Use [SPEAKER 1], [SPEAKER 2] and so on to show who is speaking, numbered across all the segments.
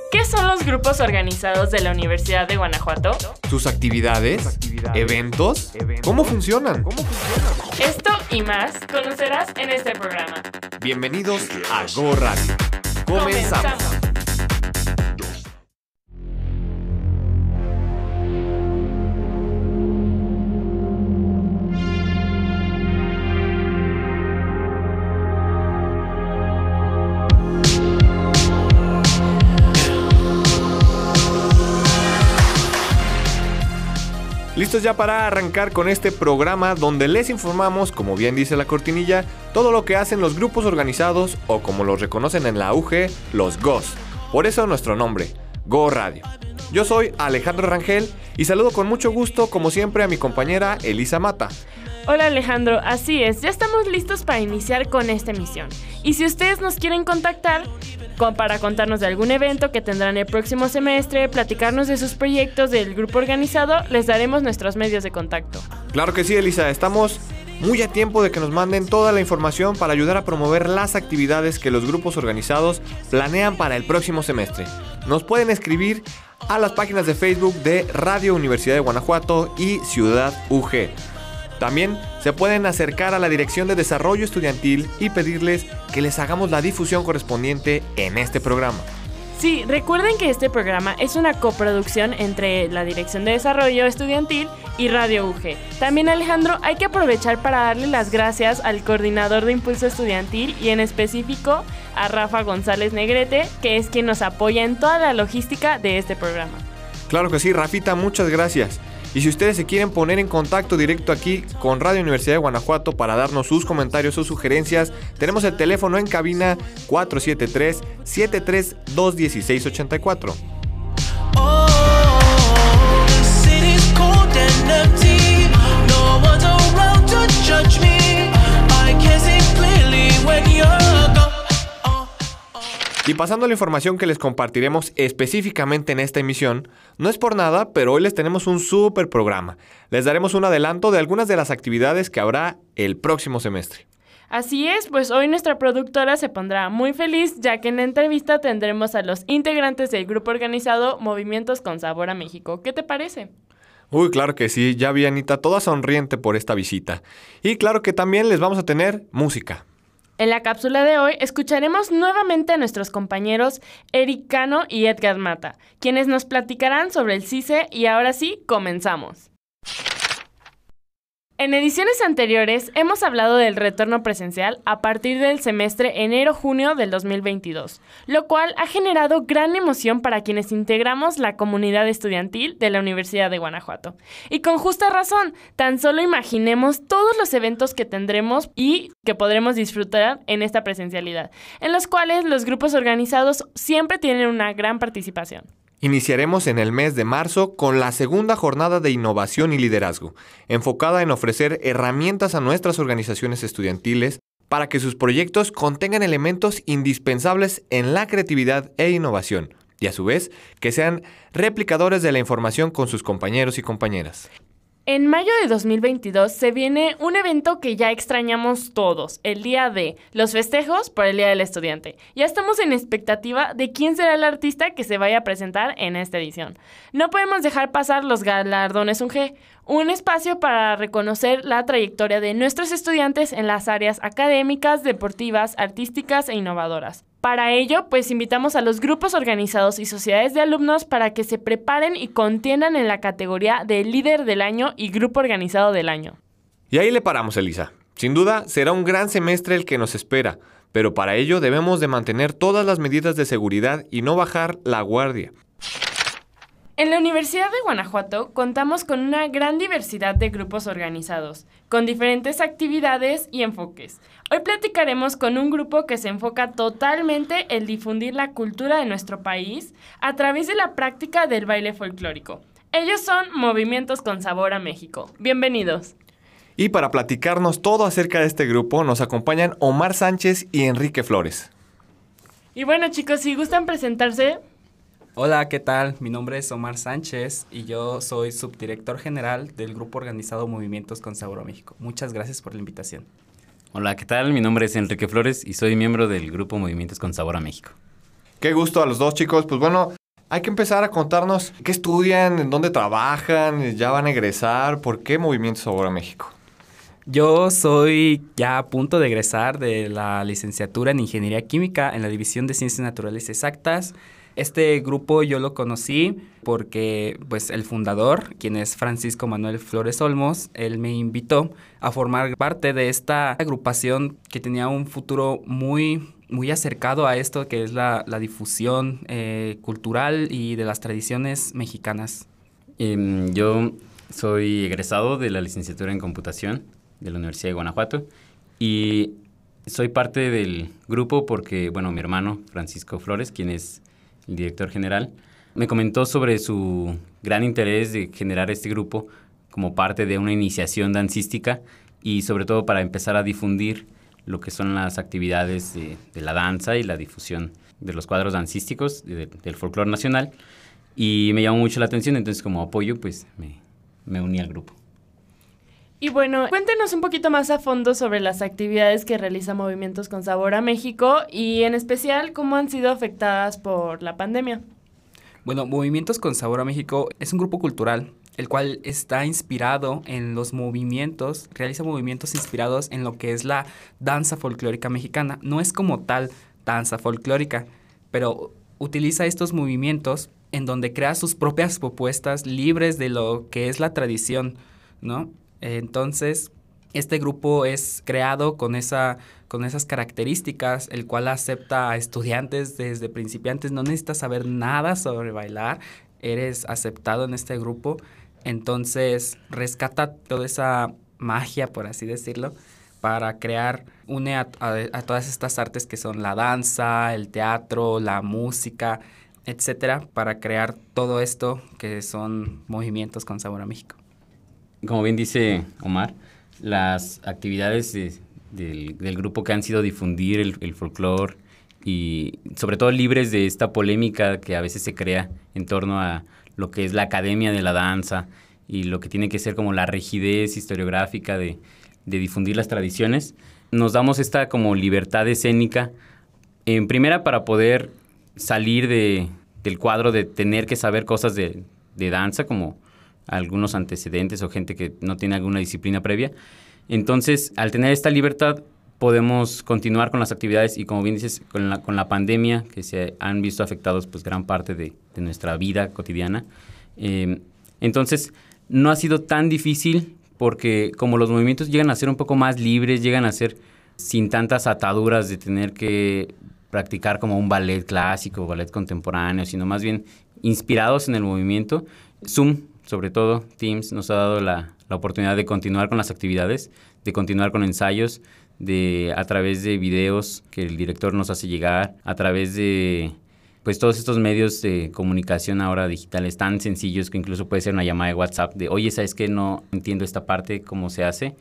[SPEAKER 1] ¿Qué son los grupos organizados de la Universidad de Guanajuato?
[SPEAKER 2] ¿Sus actividades? ¿Eventos? ¿Cómo funcionan?
[SPEAKER 1] Esto y más conocerás en este programa.
[SPEAKER 2] Bienvenidos a Go Radio. Comenzamos. Listos ya para arrancar con este programa donde les informamos, como bien dice la cortinilla, todo lo que hacen los grupos organizados o como los reconocen en la UG, los GOs. Por eso nuestro nombre, Go Radio. Yo soy Alejandro Rangel y saludo con mucho gusto, como siempre, a mi compañera Elisa Mata.
[SPEAKER 1] Hola Alejandro, así es, ya estamos listos para iniciar con esta emisión. Y si ustedes nos quieren contactar para contarnos de algún evento que tendrán el próximo semestre, platicarnos de sus proyectos del grupo organizado, les daremos nuestros medios de contacto.
[SPEAKER 2] Claro que sí, Elisa, estamos muy a tiempo de que nos manden toda la información para ayudar a promover las actividades que los grupos organizados planean para el próximo semestre. Nos pueden escribir a las páginas de Facebook de Radio Universidad de Guanajuato y Ciudad UG. También se pueden acercar a la Dirección de Desarrollo Estudiantil y pedirles que les hagamos la difusión correspondiente en este programa.
[SPEAKER 1] Sí, recuerden que este programa es una coproducción entre la Dirección de Desarrollo Estudiantil y Radio UG. También, Alejandro, hay que aprovechar para darle las gracias al coordinador de Impulso Estudiantil y en específico a Rafa González Negrete, que es quien nos apoya en toda la logística de este programa.
[SPEAKER 2] Claro que sí, Rafita, muchas gracias. Y si ustedes se quieren poner en contacto directo aquí con Radio Universidad de Guanajuato para darnos sus comentarios o sugerencias, tenemos el teléfono en cabina 473-732-1684. Y pasando a la información que les compartiremos específicamente en esta emisión, no es por nada, pero hoy les tenemos un súper programa. Les daremos un adelanto de algunas de las actividades que habrá el próximo semestre.
[SPEAKER 1] Así es, pues hoy nuestra productora se pondrá muy feliz, ya que en la entrevista tendremos a los integrantes del grupo organizado Movimientos con Sabor a México. ¿Qué te parece?
[SPEAKER 2] Uy, claro que sí, ya vi a Anita toda sonriente por esta visita. Y claro que también les vamos a tener música.
[SPEAKER 1] En la cápsula de hoy escucharemos nuevamente a nuestros compañeros Eric Cano y Edgar Mata, quienes nos platicarán sobre el CICE y ahora sí, comenzamos. En ediciones anteriores hemos hablado del retorno presencial a partir del semestre enero-junio del 2022, lo cual ha generado gran emoción para quienes integramos la comunidad estudiantil de la Universidad de Guanajuato. Y con justa razón, tan solo imaginemos todos los eventos que tendremos y que podremos disfrutar en esta presencialidad, en los cuales los grupos organizados siempre tienen una gran participación.
[SPEAKER 2] Iniciaremos en el mes de marzo con la segunda jornada de innovación y liderazgo, enfocada en ofrecer herramientas a nuestras organizaciones estudiantiles para que sus proyectos contengan elementos indispensables en la creatividad e innovación, y a su vez que sean replicadores de la información con sus compañeros y compañeras.
[SPEAKER 1] En mayo de 2022 se viene un evento que ya extrañamos todos, el Día D, los festejos por el Día del Estudiante. Ya estamos en expectativa de quién será el artista que se vaya a presentar en esta edición. No podemos dejar pasar los galardones UG, un espacio para reconocer la trayectoria de nuestros estudiantes en las áreas académicas, deportivas, artísticas e innovadoras. Para ello, pues invitamos a los grupos organizados y sociedades de alumnos para que se preparen y contiendan en la categoría de líder del año y grupo organizado del año.
[SPEAKER 2] Y ahí le paramos, Elisa. Sin duda, será un gran semestre el que nos espera, pero para ello debemos de mantener todas las medidas de seguridad y no bajar la guardia.
[SPEAKER 1] En la Universidad de Guanajuato contamos con una gran diversidad de grupos organizados, con diferentes actividades y enfoques. Hoy platicaremos con un grupo que se enfoca totalmente en difundir la cultura de nuestro país a través de la práctica del baile folclórico. Ellos son Movimientos con Sabor a México. Bienvenidos.
[SPEAKER 2] Y para platicarnos todo acerca de este grupo nos acompañan Omar Sánchez y Enrique Flores.
[SPEAKER 1] Y bueno, chicos, si gustan presentarse.
[SPEAKER 3] Hola, ¿qué tal? Mi nombre es Omar Sánchez y yo soy subdirector general del grupo organizado Movimientos con Sabor a México. Muchas gracias por la invitación.
[SPEAKER 4] Hola, ¿qué tal? Mi nombre es Enrique Flores y soy miembro del grupo Movimientos con Sabor a México.
[SPEAKER 2] Qué gusto a los dos, chicos. Pues bueno, hay que empezar a contarnos qué estudian, en dónde trabajan, ya van a egresar, ¿por qué Movimiento Sabor a México?
[SPEAKER 3] Yo soy ya a punto de egresar de la licenciatura en Ingeniería Química en la División de Ciencias Naturales y Exactas. Este grupo yo lo conocí porque pues el fundador, quien es Francisco Manuel Flores Olmos, él me invitó a formar parte de esta agrupación que tenía un futuro muy acercado a esto que es la difusión cultural y de las tradiciones mexicanas.
[SPEAKER 4] Yo soy egresado de la licenciatura en computación de la Universidad de Guanajuato y soy parte del grupo porque, bueno, mi hermano Francisco Flores, quien es el director general, me comentó sobre su gran interés de generar este grupo como parte de una iniciación dancística y sobre todo para empezar a difundir lo que son las actividades de la danza y la difusión de los cuadros dancísticos del folclore nacional, y me llamó mucho la atención, entonces como apoyo pues me uní al grupo.
[SPEAKER 1] Y bueno, cuéntenos un poquito más a fondo sobre las actividades que realiza Movimientos con Sabor a México y en especial cómo han sido afectadas por la pandemia.
[SPEAKER 3] Bueno, Movimientos con Sabor a México es un grupo cultural, el cual está inspirado en los movimientos, realiza movimientos inspirados en lo que es la danza folclórica mexicana. No es como tal danza folclórica, pero utiliza estos movimientos en donde crea sus propias propuestas libres de lo que es la tradición, ¿no? Entonces, este grupo es creado con esas características, el cual acepta a estudiantes desde principiantes. No necesitas saber nada sobre bailar, eres aceptado en este grupo. Entonces, rescata toda esa magia, por así decirlo, para une a todas estas artes que son la danza, el teatro, la música, etcétera, para crear todo esto que son Movimientos con Sabor a México.
[SPEAKER 4] Como bien dice Omar, las actividades del grupo que han sido difundir el folclore y sobre todo libres de esta polémica que a veces se crea en torno a lo que es la academia de la danza y lo que tiene que ser como la rigidez historiográfica de difundir las tradiciones, nos damos esta como libertad escénica, en primera para poder salir del cuadro de tener que saber cosas de danza como algunos antecedentes o gente que no tiene alguna disciplina previa. Entonces, al tener esta libertad, podemos continuar con las actividades y, como bien dices, con la pandemia, que se han visto afectados pues gran parte de nuestra vida cotidiana. Entonces, no ha sido tan difícil porque como los movimientos llegan a ser un poco más libres, llegan a ser sin tantas ataduras de tener que practicar como un ballet clásico o ballet contemporáneo, sino más bien inspirados en el movimiento. Zoom, sobre todo, Teams, nos ha dado la oportunidad de continuar con las actividades, de continuar con ensayos, a través de videos que el director nos hace llegar, a través de pues todos estos medios de comunicación ahora digitales tan sencillos que incluso puede ser una llamada de WhatsApp de, oye, ¿sabes qué? No entiendo esta parte, ¿cómo se hace?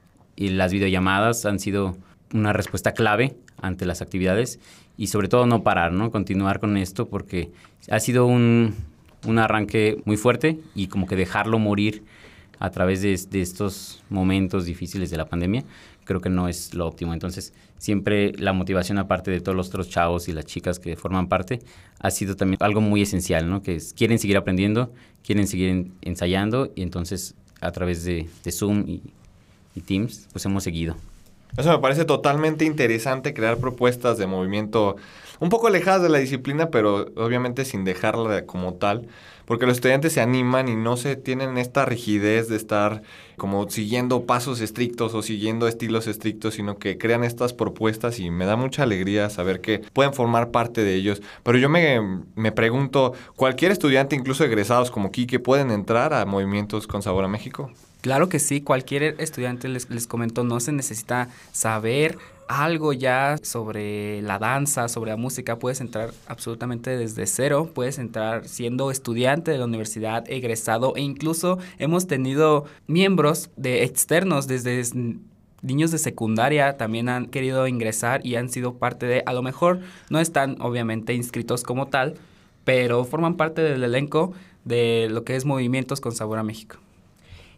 [SPEAKER 4] Y las videollamadas han sido una respuesta clave ante las actividades y sobre todo no parar, ¿no? Continuar con esto porque ha sido un arranque muy fuerte y como que dejarlo morir a través de estos momentos difíciles de la pandemia, creo que no es lo óptimo. Entonces, siempre la motivación, aparte de todos los otros chavos y las chicas que forman parte, ha sido también algo muy esencial, ¿no? Que quieren seguir aprendiendo, quieren seguir ensayando y entonces a través de Zoom y Teams, pues hemos seguido.
[SPEAKER 2] Eso me parece totalmente interesante, crear propuestas de movimiento un poco alejadas de la disciplina, pero obviamente sin dejarla como tal, porque los estudiantes se animan y no se tienen esta rigidez de estar como siguiendo pasos estrictos o siguiendo estilos estrictos, sino que crean estas propuestas y me da mucha alegría saber que pueden formar parte de ellos. Pero yo me pregunto, ¿cualquier estudiante, incluso egresados como Quique, pueden entrar a Movimientos con Sabor a México?
[SPEAKER 3] Claro que sí, cualquier estudiante, les comento, no se necesita saber algo ya sobre la danza, sobre la música. Puedes entrar absolutamente desde cero, puedes entrar siendo estudiante de la universidad, egresado, e incluso hemos tenido miembros externos desde niños de secundaria también han querido ingresar y han sido parte de, a lo mejor no están obviamente inscritos como tal, pero forman parte del elenco de lo que es Movimientos con Sabor a México.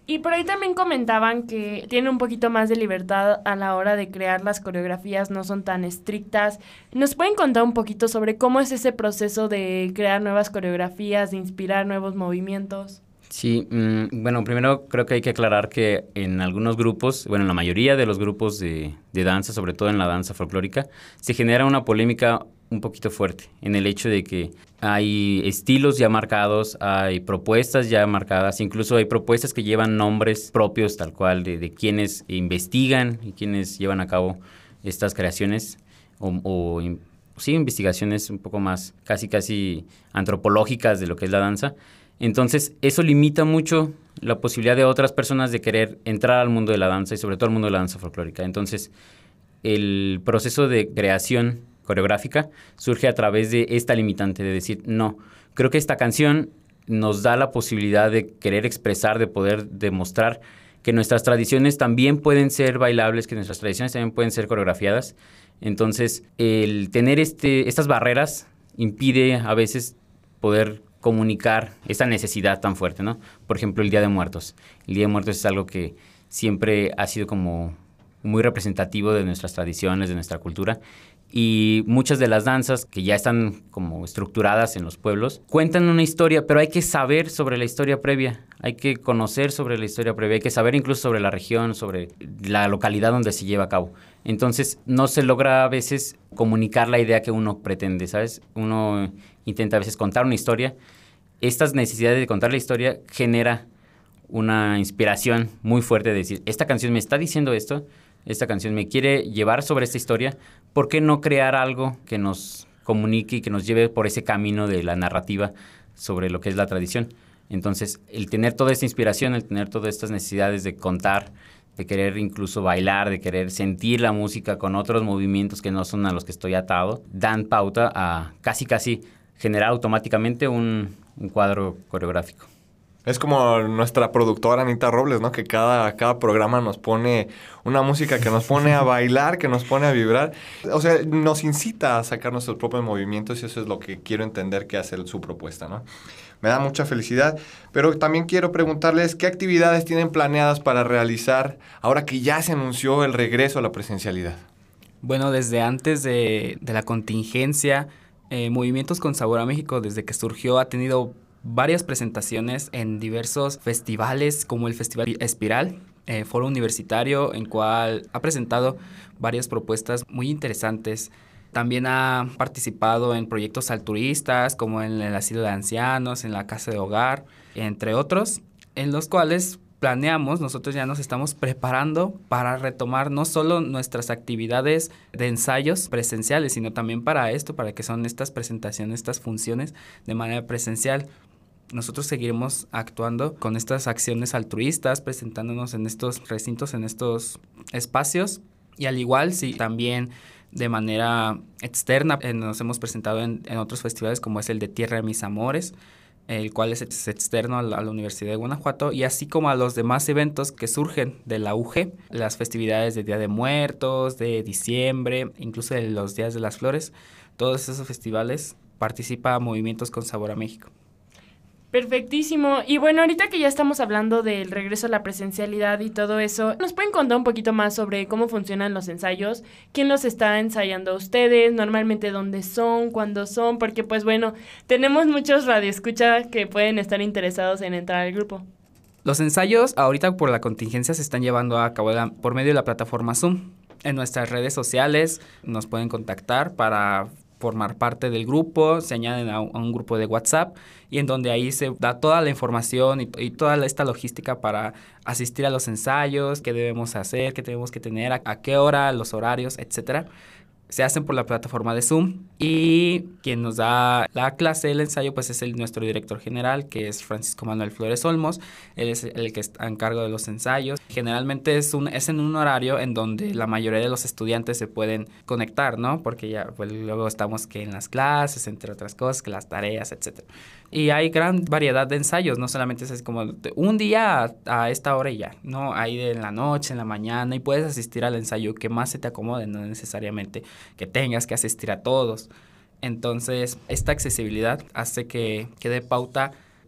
[SPEAKER 1] Y por ahí también comentaban que tienen un poquito más de libertad a la hora de crear las coreografías, no son tan estrictas. ¿Nos pueden contar un poquito sobre cómo es ese proceso de crear nuevas coreografías, de inspirar nuevos movimientos?
[SPEAKER 4] Sí, bueno, primero creo que hay que aclarar que en algunos grupos, bueno, en la mayoría de los grupos de danza, sobre todo en la danza folclórica, se genera una polémica un poquito fuerte en el hecho de que hay estilos ya marcados, hay propuestas ya marcadas, incluso hay propuestas que llevan nombres propios tal cual de quienes investigan y quienes llevan a cabo estas creaciones sí, investigaciones un poco más casi antropológicas de lo que es la danza. Entonces, eso limita mucho la posibilidad de otras personas de querer entrar al mundo de la danza y sobre todo al mundo de la danza folclórica. Entonces, el proceso de creación coreográfica surge a través de esta limitante de decir, no, creo que esta canción nos da la posibilidad de querer expresar, de poder demostrar que nuestras tradiciones también pueden ser bailables, que nuestras tradiciones también pueden ser coreografiadas. Entonces, el tener estas barreras impide a veces poder comunicar esa necesidad tan fuerte, ¿no? Por ejemplo, el Día de Muertos. El Día de Muertos es algo que siempre ha sido como muy representativo de nuestras tradiciones, de nuestra cultura. Y muchas de las danzas que ya están como estructuradas en los pueblos cuentan una historia, pero hay que saber sobre la historia previa, hay que conocer sobre la historia previa, hay que saber incluso sobre la región, sobre la localidad donde se lleva a cabo. Entonces no se logra a veces comunicar la idea que uno pretende, ¿sabes? Uno intenta a veces contar una historia. Estas necesidades de contar la historia genera una inspiración muy fuerte de decir, esta canción me está diciendo esto, esta canción me quiere llevar sobre esta historia, ¿por qué no crear algo que nos comunique y que nos lleve por ese camino de la narrativa sobre lo que es la tradición? Entonces, el tener toda esta inspiración, el tener todas estas necesidades de contar, de querer incluso bailar, de querer sentir la música con otros movimientos que no son a los que estoy atado, dan pauta a casi generar automáticamente un cuadro coreográfico.
[SPEAKER 2] Es como nuestra productora Anita Robles, ¿no? Que cada programa nos pone una música que nos pone a bailar, que nos pone a vibrar. O sea, nos incita a sacar nuestros propios movimientos y eso es lo que quiero entender que hace su propuesta, ¿no? Me da mucha felicidad, pero también quiero preguntarles qué actividades tienen planeadas para realizar ahora que ya se anunció el regreso a la presencialidad.
[SPEAKER 3] Bueno, desde antes de la contingencia, Movimientos con Sabor a México, desde que surgió, ha tenido varias presentaciones en diversos festivales, como el Festival Espiral, foro universitario, en cual ha presentado varias propuestas muy interesantes. También ha participado en proyectos altruistas, como en el asilo de ancianos, en la casa de hogar, entre otros, en los cuales nosotros ya nos estamos preparando para retomar no solo nuestras actividades de ensayos presenciales, sino también para que son estas presentaciones, estas funciones de manera presencial. Nosotros seguiremos actuando con estas acciones altruistas, presentándonos en estos recintos, en estos espacios. Y al igual, sí, también de manera externa nos hemos presentado en otros festivales como es el de Tierra de Mis Amores, el cual es externo a la Universidad de Guanajuato, y así como a los demás eventos que surgen de la UG, las festividades de Día de Muertos, de diciembre, incluso de los Días de las Flores. Todos esos festivales participa Movimientos con Sabor a México.
[SPEAKER 1] Perfectísimo. Y bueno, ahorita que ya estamos hablando del regreso a la presencialidad y todo eso, ¿nos pueden contar un poquito más sobre cómo funcionan los ensayos? ¿Quién los está ensayando a ustedes? ¿Normalmente dónde son? ¿Cuándo son? Porque pues bueno, tenemos muchos radioescuchas que pueden estar interesados en entrar al grupo.
[SPEAKER 3] Los ensayos ahorita por la contingencia se están llevando a cabo por medio de la plataforma Zoom. En nuestras redes sociales nos pueden contactar para formar parte del grupo, se añaden a un grupo de WhatsApp y en donde ahí se da toda la información y toda esta logística para asistir a los ensayos, qué debemos hacer, qué tenemos que tener, a qué hora, los horarios, etcétera. Se hacen por la plataforma de Zoom y quien nos da la clase del ensayo pues es nuestro director general, que es Francisco Manuel Flores Olmos. Él es el que está en cargo de los ensayos. Generalmente es en un horario en donde la mayoría de los estudiantes se pueden conectar, ¿no? Porque ya pues, luego estamos que en las clases, entre otras cosas, que las tareas, etcétera. Y hay gran variedad de ensayos, no solamente es así como un día a esta hora y ya, no, hay en la noche, en la mañana, y puedes asistir al ensayo que más se te acomode, no necesariamente que tengas que asistir a todos. Entonces, esta accesibilidad hace que dé pauta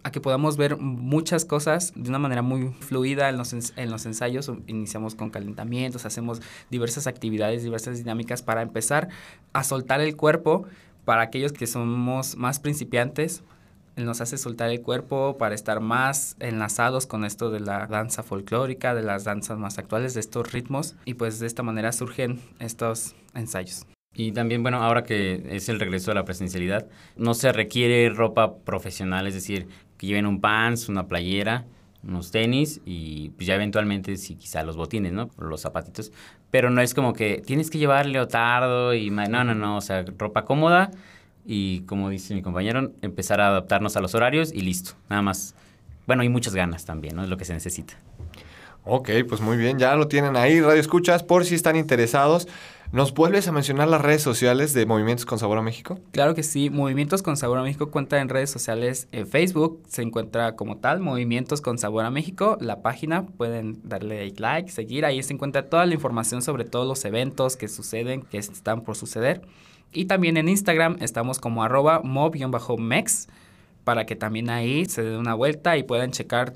[SPEAKER 3] a que podamos ver muchas cosas de una manera muy fluida en los ensayos. Iniciamos con calentamientos, hacemos diversas actividades, diversas dinámicas para empezar a soltar el cuerpo. Para aquellos que somos más principiantes, nos hace soltar el cuerpo para estar más enlazados con esto de la danza folclórica, de las danzas más actuales, de estos ritmos, y pues de esta manera surgen estos ensayos.
[SPEAKER 4] Y también, bueno, ahora que es el regreso a la presencialidad, no se requiere ropa profesional, es decir, que lleven un pants, una playera, unos tenis y pues ya eventualmente sí, quizá los botines, ¿no? Los zapatitos, pero no es como que tienes que llevar leotardo y... No, o sea, ropa cómoda. Y como dice mi compañero, empezar a adaptarnos a los horarios y listo, nada más. Bueno, y muchas ganas también, ¿no? Es lo que se necesita.
[SPEAKER 2] Ok, pues muy bien, ya lo tienen ahí, Radio Escuchas, por si están interesados. ¿Nos vuelves a mencionar las redes sociales de Movimientos con Sabor a México?
[SPEAKER 3] Claro que sí, Movimientos con Sabor a México cuenta en redes sociales. En Facebook se encuentra como tal, Movimientos con Sabor a México. La página, pueden darle like, seguir, ahí se encuentra toda la información sobre todos los eventos que suceden, que están por suceder. Y también en Instagram estamos como @mov_mex, para que también ahí se den una vuelta y puedan checar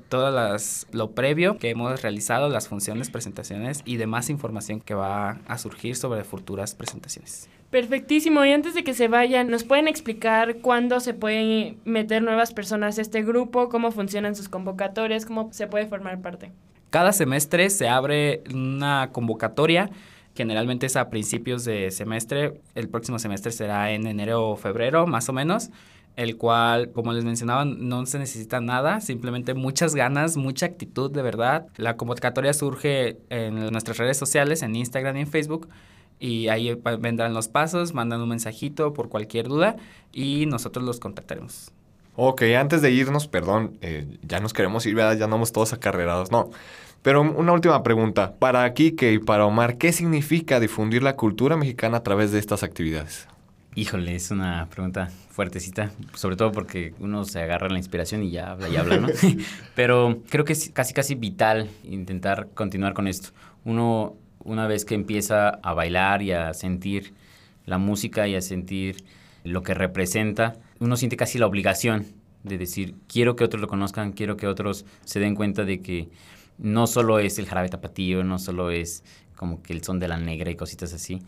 [SPEAKER 3] lo previo que hemos realizado, las funciones, presentaciones y demás información que va a surgir sobre futuras presentaciones.
[SPEAKER 1] Perfectísimo. Y antes de que se vayan, ¿nos pueden explicar cuándo se pueden meter nuevas personas a este grupo? ¿Cómo funcionan sus convocatorias? ¿Cómo se puede formar parte?
[SPEAKER 3] Cada semestre se abre una convocatoria. Generalmente es a principios de semestre. El próximo semestre será en enero o febrero, más o menos, el cual, como les mencionaba, no se necesita nada, simplemente muchas ganas, mucha actitud, de verdad. La convocatoria surge en nuestras redes sociales, en Instagram y en Facebook, y ahí vendrán los pasos, mandan un mensajito por cualquier duda y nosotros los contactaremos.
[SPEAKER 2] Ok, antes de irnos, perdón, ya nos queremos ir, ¿verdad? Ya andamos todos acarrerados, no. Pero una última pregunta. Para Kike y para Omar, ¿qué significa difundir la cultura mexicana a través de estas actividades?
[SPEAKER 4] Híjole, es una pregunta fuertecita, sobre todo porque uno se agarra a la inspiración y ya habla, ¿no? Pero creo que es casi vital intentar continuar con esto. Uno, una vez que empieza a bailar y a sentir la música y a sentir lo que representa, uno siente casi la obligación de decir, quiero que otros lo conozcan, quiero que otros se den cuenta de que no solo es el jarabe tapatío, no solo es como que el son de la negra y cositas así.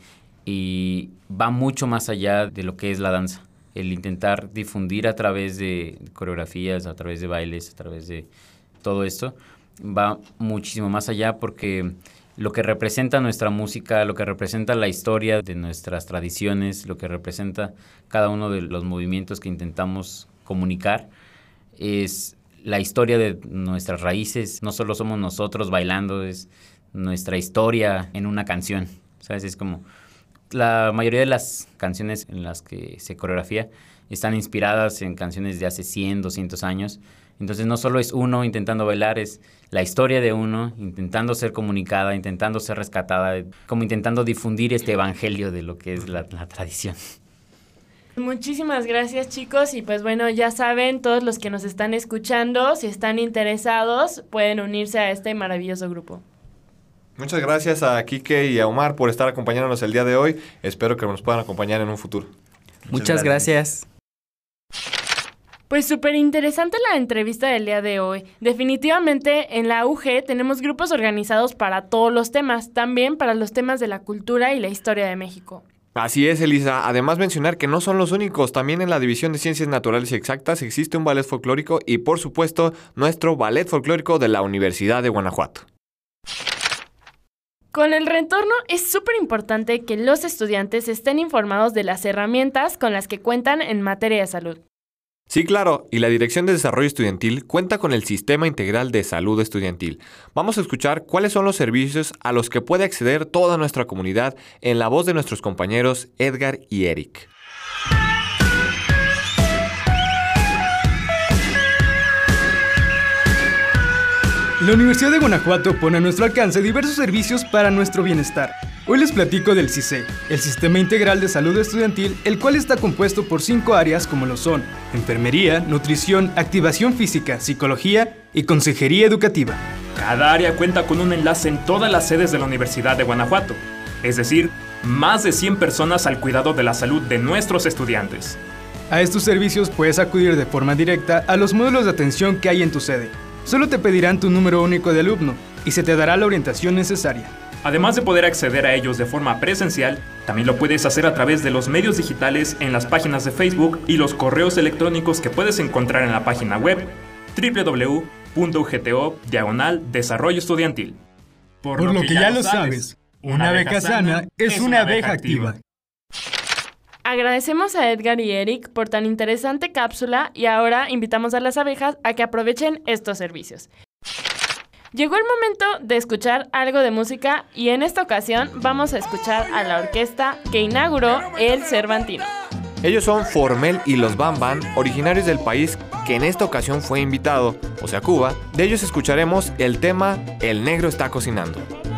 [SPEAKER 4] Y va mucho más allá de lo que es la danza. El intentar difundir a través de coreografías, a través de bailes, a través de todo esto, va muchísimo más allá porque lo que representa nuestra música, lo que representa la historia de nuestras tradiciones, lo que representa cada uno de los movimientos que intentamos comunicar, es la historia de nuestras raíces. No solo somos nosotros bailando, es nuestra historia en una canción, ¿sabes? Es como la mayoría de las canciones en las que se coreografía están inspiradas en canciones de hace 100, 200 años. Entonces no solo es uno intentando bailar, es la historia de uno intentando ser comunicada, intentando ser rescatada, como intentando difundir este evangelio de lo que es la tradición.
[SPEAKER 1] Muchísimas gracias, chicos, y pues bueno, ya saben, todos los que nos están escuchando, si están interesados, pueden unirse a este maravilloso grupo.
[SPEAKER 2] Muchas gracias a Kike y a Omar por estar acompañándonos el día de hoy. Espero que nos puedan acompañar en un futuro.
[SPEAKER 3] Muchas gracias.
[SPEAKER 1] Pues súper interesante la entrevista del día de hoy. Definitivamente en la UG tenemos grupos organizados para todos los temas, también para los temas de la cultura y la historia de México.
[SPEAKER 2] Así es, Elisa. Además, mencionar que no son los únicos. También en la División de Ciencias Naturales y Exactas existe un ballet folclórico y, por supuesto, nuestro ballet folclórico de la Universidad de Guanajuato.
[SPEAKER 1] Con el retorno es súper importante que los estudiantes estén informados de las herramientas con las que cuentan en materia de salud.
[SPEAKER 2] Sí, claro, y la Dirección de Desarrollo Estudiantil cuenta con el Sistema Integral de Salud Estudiantil. Vamos a escuchar cuáles son los servicios a los que puede acceder toda nuestra comunidad en la voz de nuestros compañeros Edgar y Eric.
[SPEAKER 5] La Universidad de Guanajuato pone a nuestro alcance diversos servicios para nuestro bienestar. Hoy les platico del CISE, el Sistema Integral de Salud Estudiantil, el cual está compuesto por 5 áreas como lo son enfermería, nutrición, activación física, psicología y consejería educativa.
[SPEAKER 6] Cada área cuenta con un enlace en todas las sedes de la Universidad de Guanajuato, es decir, más de 100 personas al cuidado de la salud de nuestros estudiantes.
[SPEAKER 5] A estos servicios puedes acudir de forma directa a los módulos de atención que hay en tu sede. Solo te pedirán tu número único de alumno y se te dará la orientación necesaria.
[SPEAKER 6] Además de poder acceder a ellos de forma presencial, también lo puedes hacer a través de los medios digitales en las páginas de Facebook y los correos electrónicos que puedes encontrar en la página web www.ugto/desarrollo estudiantil.
[SPEAKER 5] Por lo que ya lo sabes, una beca sana es una beca activa.
[SPEAKER 1] Agradecemos a Edgar y Eric por tan interesante cápsula y ahora invitamos a las abejas a que aprovechen estos servicios. Llegó el momento de escuchar algo de música y en esta ocasión vamos a escuchar a la orquesta que inauguró el Cervantino.
[SPEAKER 2] Ellos son Formel y los Bam Bam, originarios del país que en esta ocasión fue invitado, o sea Cuba. De ellos escucharemos el tema El Negro está cocinando.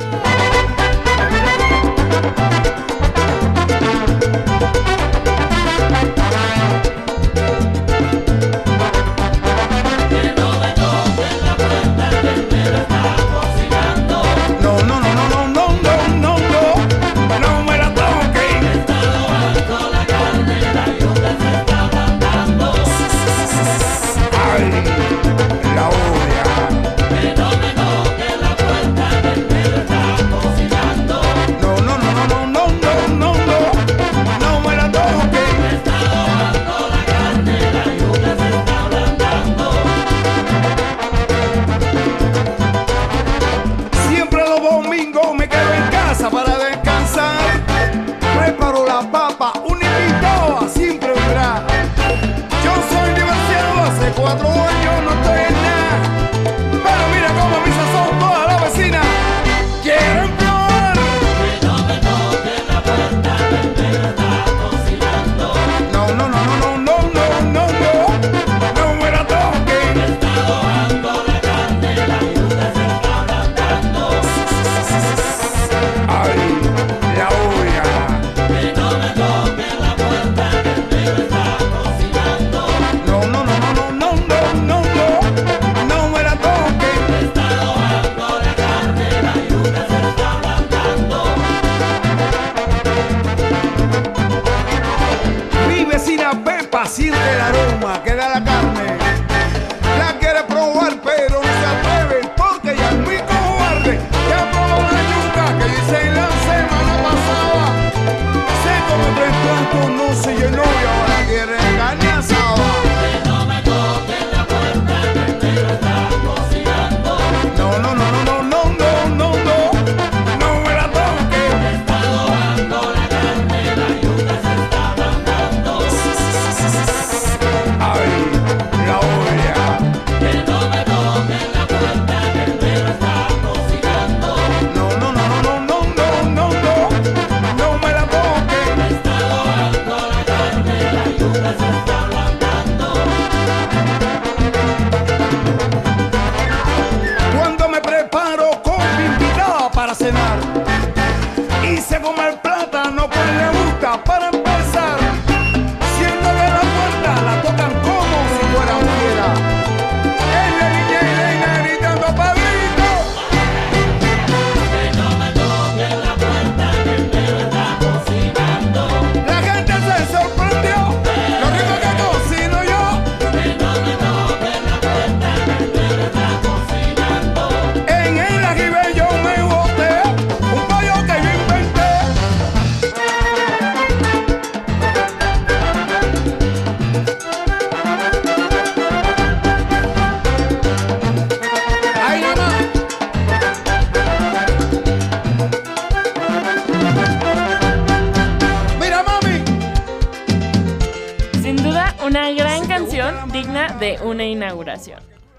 [SPEAKER 1] digna de una inauguración.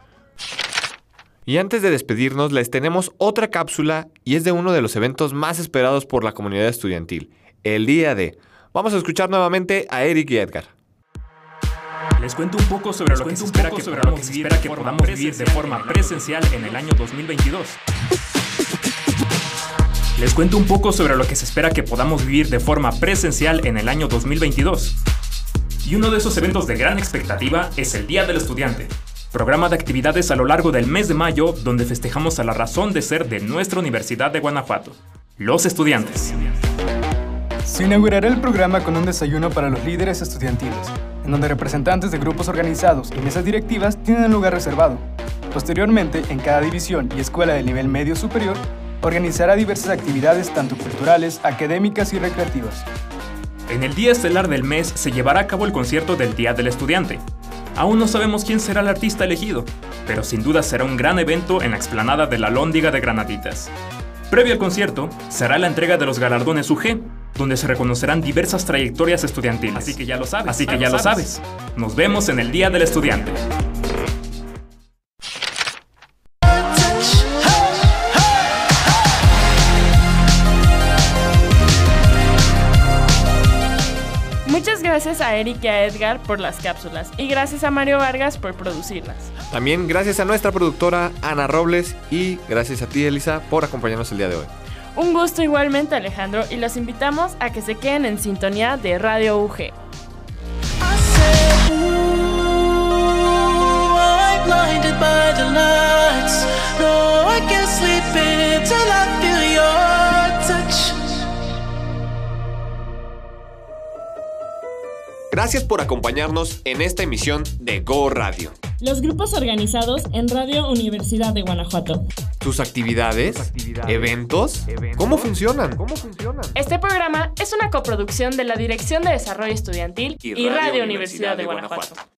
[SPEAKER 2] Y antes de despedirnos, les tenemos otra cápsula y es de uno de los eventos más esperados por la comunidad estudiantil, el Día D. Vamos a escuchar nuevamente a Eric y Edgar.
[SPEAKER 6] Les cuento un poco sobre lo que se espera que podamos vivir de forma presencial en el año 2022. Les cuento un poco sobre lo que se espera que podamos vivir de forma presencial en el año 2022. Y uno de esos eventos de gran expectativa es el Día del Estudiante, programa de actividades a lo largo del mes de mayo donde festejamos a la razón de ser de nuestra Universidad de Guanajuato, los estudiantes.
[SPEAKER 5] Se inaugurará el programa con un desayuno para los líderes estudiantiles, en donde representantes de grupos organizados y mesas directivas tienen un lugar reservado. Posteriormente, en cada división y escuela de nivel medio superior, organizará diversas actividades tanto culturales, académicas y recreativas.
[SPEAKER 6] En el día estelar del mes se llevará a cabo el concierto del Día del Estudiante. Aún no sabemos quién será el artista elegido, pero sin duda será un gran evento en la explanada de la Alhóndiga de Granaditas. Previo al concierto, será la entrega de los galardones UG, donde se reconocerán diversas trayectorias estudiantiles. Así que ya lo sabes. Nos vemos en el Día del Estudiante.
[SPEAKER 1] Muchas gracias a Eric y a Edgar por las cápsulas y gracias a Mario Vargas por producirlas.
[SPEAKER 2] También gracias a nuestra productora Ana Robles y gracias a ti, Elisa, por acompañarnos el día de hoy.
[SPEAKER 1] Un gusto igualmente, Alejandro, y los invitamos a que se queden en sintonía de Radio UG.
[SPEAKER 2] Gracias por acompañarnos en esta emisión de Go Radio.
[SPEAKER 1] Los grupos organizados en Radio Universidad de Guanajuato.
[SPEAKER 2] ¿Tus actividades? ¿Eventos? ¿Cómo funcionan?
[SPEAKER 1] Este programa es una coproducción de la Dirección de Desarrollo Estudiantil y Radio Universidad de Guanajuato.